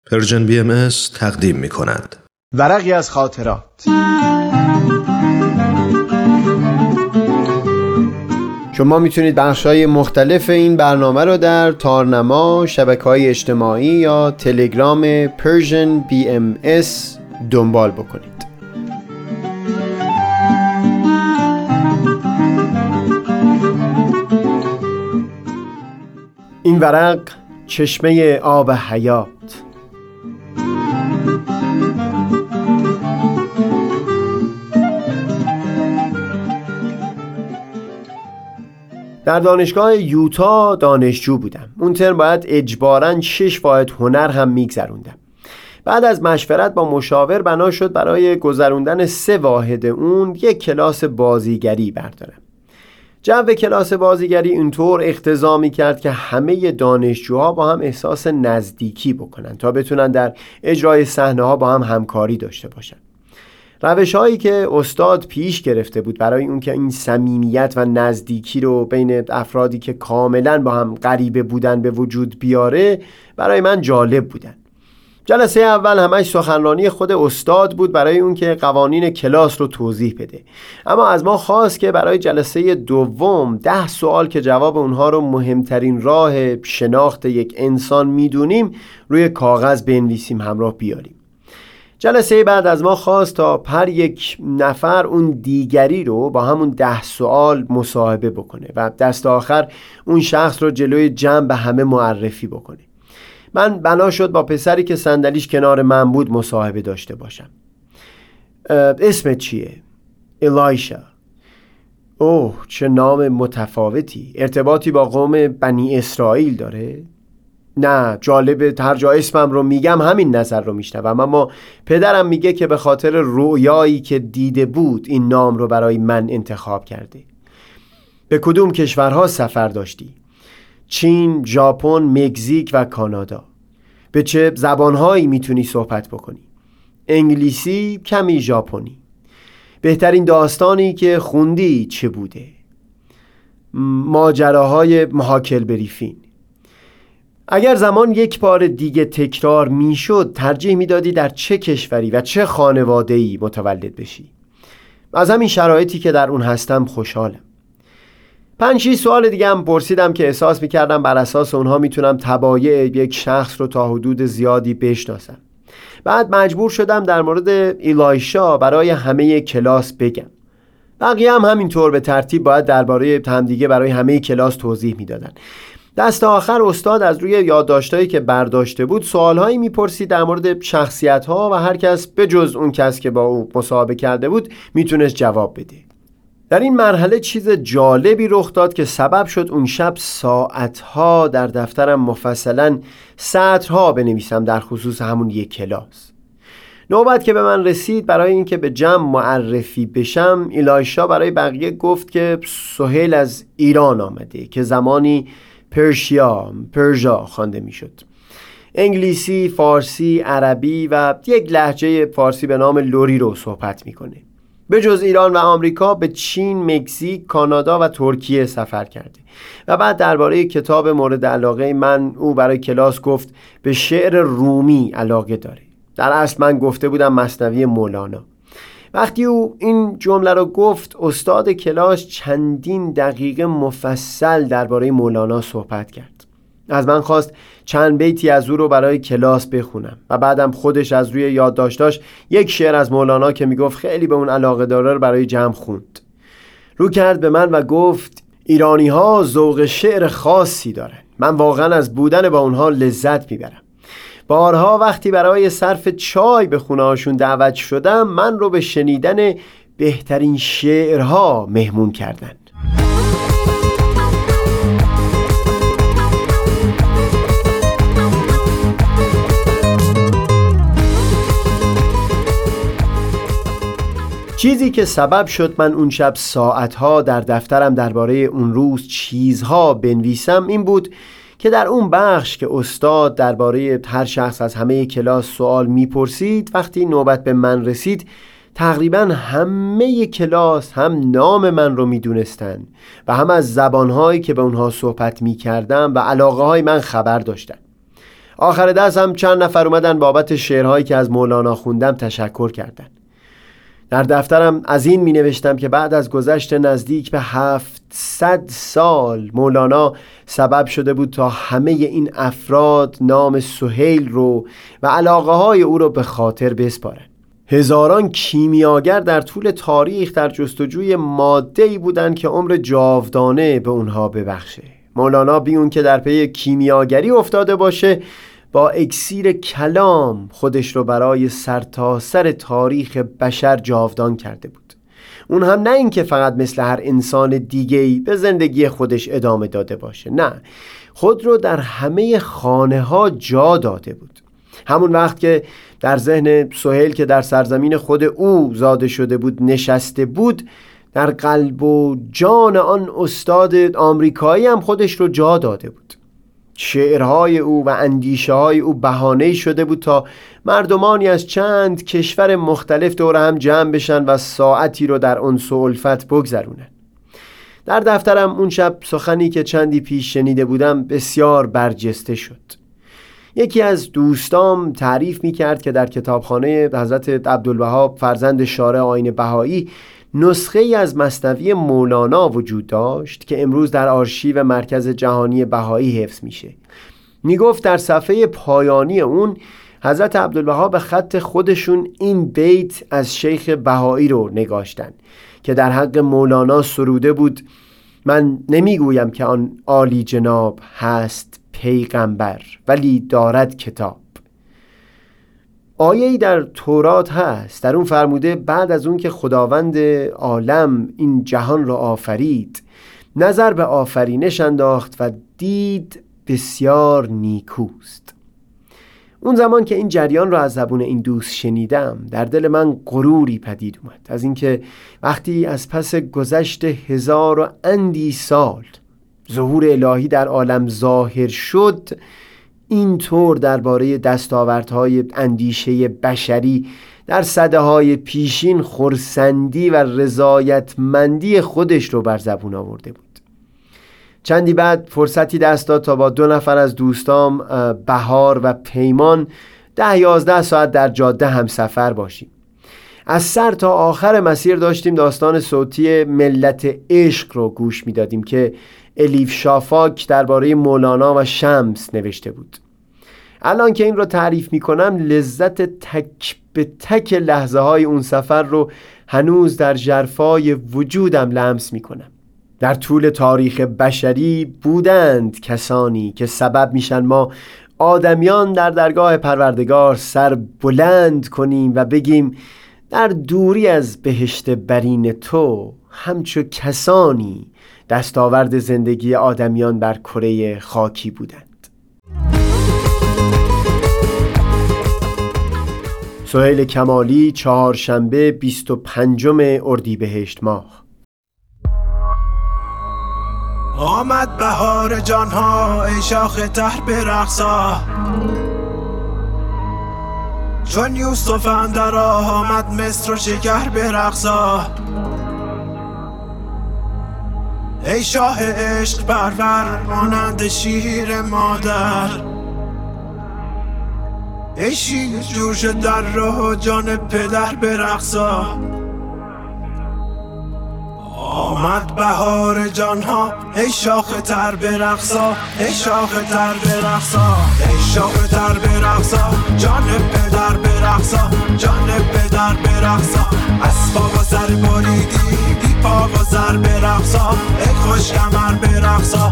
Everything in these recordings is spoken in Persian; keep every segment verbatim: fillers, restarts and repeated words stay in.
پرژن بی ام اس تقدیم می کند ورقی از خاطرات. شما میتونید بخش‌های مختلف این برنامه رو در تارنما، شبکه‌های اجتماعی یا تلگرام پرژن بی ام اس دنبال بکنید. این ورق چشمه آب حیات. در دانشگاه یوتا دانشجو بودم. اون ترم باید اجباراً شش واحد هنر هم میگذروندم. بعد از مشورت با مشاور بنا شد برای گذروندن سه واحد اون یک کلاس بازیگری بردارم. جو کلاس بازیگری اینطور اقتضا می‌کرد که همه دانشجوها با هم احساس نزدیکی بکنن تا بتونن در اجرای صحنه‌ها با هم همکاری داشته باشن. روش‌هایی که استاد پیش گرفته بود برای اون که این صمیمیت و نزدیکی رو بین افرادی که کاملاً با هم غریبه بودن به وجود بیاره برای من جالب بودن. جلسه اول همش سخنرانی خود استاد بود برای اون که قوانین کلاس رو توضیح بده، اما از ما خواست که برای جلسه دوم ده سوال که جواب اونها رو مهمترین راه شناخت یک انسان میدونیم روی کاغذ بنویسیم همراه بیاریم. جلسه بعد از ما خواست تا هر یک نفر اون دیگری رو با همون ده سوال مصاحبه بکنه و دست آخر اون شخص رو جلوی جمع به همه معرفی بکنه. من بنا شد با پسری که صندلیش کنار من بود مصاحبه داشته باشم. اسمت چیه؟ الایشا. اوه چه نام متفاوتی. ارتباطی با قوم بنی اسرائیل داره؟ نه، جالبه، هر جا اسمم رو میگم همین نظر رو میشنوم، اما پدرم میگه که به خاطر رویایی که دیده بود این نام رو برای من انتخاب کرده. به کدوم کشورها سفر داشتی؟ چین، ژاپن، مکزیک و کانادا. به چه زبانهایی میتونی صحبت بکنی؟ انگلیسی، کمی ژاپنی. بهترین داستانی که خوندی چه بوده؟ ماجراهای محاکل بریفین. اگر زمان یک بار دیگه تکرار میشد ترجیح میدادی در چه کشوری و چه خانواده‌ای متولد بشی؟ از همین شرایطی که در اون هستم خوشحالم. پنج شش سوال دیگه هم پرسیدم که احساس میکردم بر اساس اونها میتونم طبایع یک شخص رو تا حدود زیادی بشناسم. بعد مجبور شدم در مورد الایشا برای همه کلاس بگم. بقیه هم همینطور به ترتیب باید درباره همدیگه برای همه کلاس توضیح میدادن. دست آخر استاد از روی یادداشتایی که برداشته بود سوالهایی میپرسید در مورد شخصیت‌ها و هر کس به جز اون کس که با او مصاحبه کرده بود میتونست جواب بده. در این مرحله چیز جالبی رخ داد که سبب شد اون شب ساعتها در دفترم مفصلاً سطرها بنویسم در خصوص همون یک کلاس. نوبت که به من رسید برای اینکه به جمع معرفی بشم، الایشا برای بقیه گفت که سهیل از ایران آمده که زمانی پرشیا پرژا خوانده میشد. انگلیسی، فارسی، عربی و یک لهجه فارسی به نام لوری رو صحبت میکنه. به جز ایران و آمریکا به چین، مکزیک، کانادا و ترکیه سفر کرده و بعد درباره کتاب مورد علاقه من او برای کلاس گفت به شعر رومی علاقه داره. در اصل من گفته بودم مثنوی مولانا. وقتی او این جمله رو گفت استاد کلاس چندین دقیقه مفصل درباره مولانا صحبت کرد. از من خواست چند بیتی از او رو برای کلاس بخونم و بعدم خودش از روی یادداشتاش یک شعر از مولانا که میگفت خیلی به اون علاقه داره رو برای جمع خوند. رو کرد به من و گفت ایرانی ها ذوق شعر خاصی دارن. من واقعا از بودن با اونها لذت میبرم. بارها وقتی برای صرف چای به خونه هاشون دعوت شدم من رو به شنیدن بهترین شعرها مهمون کردن. چیزی که سبب شد من اون شب ساعتها در دفترم درباره اون روز چیزها بنویسم این بود که در اون بخش که استاد درباره هر شخص از همه کلاس سوال میپرسید، وقتی نوبت به من رسید تقریبا همه کلاس هم نام من رو میدونستن و هم از زبانهایی که به اونها صحبت میکردم و علاقه های من خبر داشتن. آخر دست هم چند نفر اومدن بابت شعرهایی که از مولانا خوندم تشکر کردن. در دفترم از این می نوشتم که بعد از گذشت نزدیک به هفتصد سال مولانا سبب شده بود تا همه این افراد نام سهیل رو و علاقه های او رو به خاطر بسپارن. هزاران کیمیاگر در طول تاریخ در جستجوی ماده‌ای بودند که عمر جاودانه به اونها ببخشه. مولانا بی اون که در پی کیمیاگری افتاده باشه، با اکسیر کلام خودش رو برای سرتاسر تاریخ بشر جاودان کرده بود. اون هم نه این که فقط مثل هر انسان دیگه‌ای به زندگی خودش ادامه داده باشه، نه، خود رو در همه خانه ها جا داده بود. همون وقت که در ذهن سهیل که در سرزمین خود او زاده شده بود نشسته بود، در قلب و جان آن استاد آمریکایی هم خودش رو جا داده بود. شعرهای او و اندیشه های او بهانه‌ای شده بود تا مردمانی از چند کشور مختلف دور هم جمع بشن و ساعتی رو در انس و الفت بگذرونن. در دفترم اون شب سخنی که چندی پیش شنیده بودم بسیار برجسته شد. یکی از دوستام تعریف می کرد که در کتابخانه حضرت عبدالوهاب فرزند شارع آیین بهایی نسخه ای از مثنوی مولانا وجود داشت که امروز در آرشیو مرکز جهانی بهایی حفظ میشه. میگفت در صفحه پایانی اون حضرت عبدالوهاب به خط خودشون این بیت از شیخ بهایی رو نگاشتن که در حق مولانا سروده بود: من نمیگویم که آن عالی جناب هست پیغمبر ولی دارد کتاب. آیه‌ای در تورات هست، در اون فرموده بعد از اون که خداوند عالم این جهان را آفرید، نظر به آفرینش انداخت و دید بسیار نیکوست. اون زمان که این جریان را از زبون این دوست شنیدم، در دل من غروری پدید اومد از اینکه وقتی از پس گذشت هزار و اندی سال ظهور الهی در عالم ظاهر شد، اینطور درباره دستاوردهای اندیشه بشری در سده‌های پیشین خرسندی و رضایتمندی خودش رو بر زبون آورده بود. چندی بعد فرصتی دست داد تا با دو نفر از دوستام بهار و پیمان ده یازده ساعت در جاده هم سفر باشیم. از سر تا آخر مسیر داشتیم داستان صوتی ملت عشق رو گوش میدادیم که الیف شافاک درباره مولانا و شمس نوشته بود. الان که این رو تعریف میکنم لذت تک به تک لحظه های اون سفر رو هنوز در ژرفای وجودم لمس میکنم. در طول تاریخ بشری بودند کسانی که سبب میشن ما آدمیان در درگاه پروردگار سر بلند کنیم و بگیم در دوری از بهشت برین تو همچو کسانی دستاورد زندگی آدمیان بر کره خاکی بودند. سهیل کمالی، چهارشنبه بیست و پنجم اردیبهشت ماه. آمد بهار جانها ای شاخ تر برقصا، چون یوسف اندر آمد مصر و شکر برقصا. ای شاه عشق پرور مانند شیر مادر، ای شیر جوش در راه جان پدر برقصا. آمد بهار جانها ای شاخ تر برقصا، ای شاخ تر برقصا، ای شاخ تر برقصا، جان پدر برقصا، جان پدر برقصا. از پا و سر بریدی بی پا و سر برقصا، ای خوش کمر برقصا.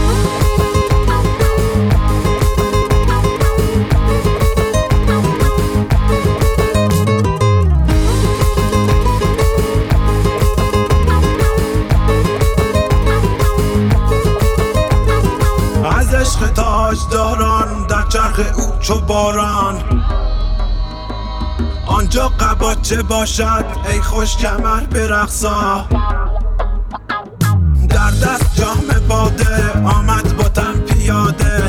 عشق تاج داران در چرخ او چو باران، آنجا قباچه باشد ای خوش کمر برقصا. در دست جام باده آمد با تن پیاده،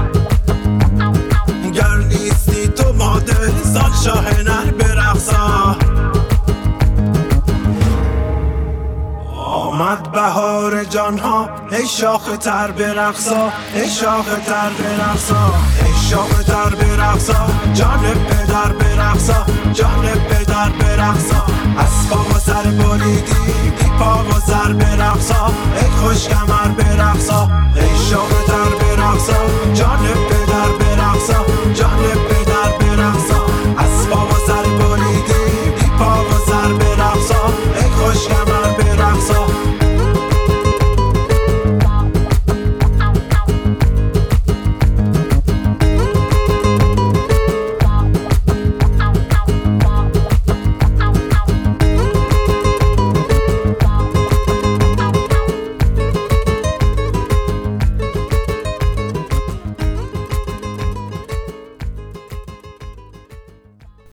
گر نیستی تو ماده زان شاه نر برقصا. آمد بهار جان جانها ای شاخ تر برقصا ای شاخ تر برقصا ای شاخ تر برقصا جان پدر برقصا جان پدر برقصا از پا و سر بریدی بی پا و سر برقصا ای خوش کمر برقصا ای شاخ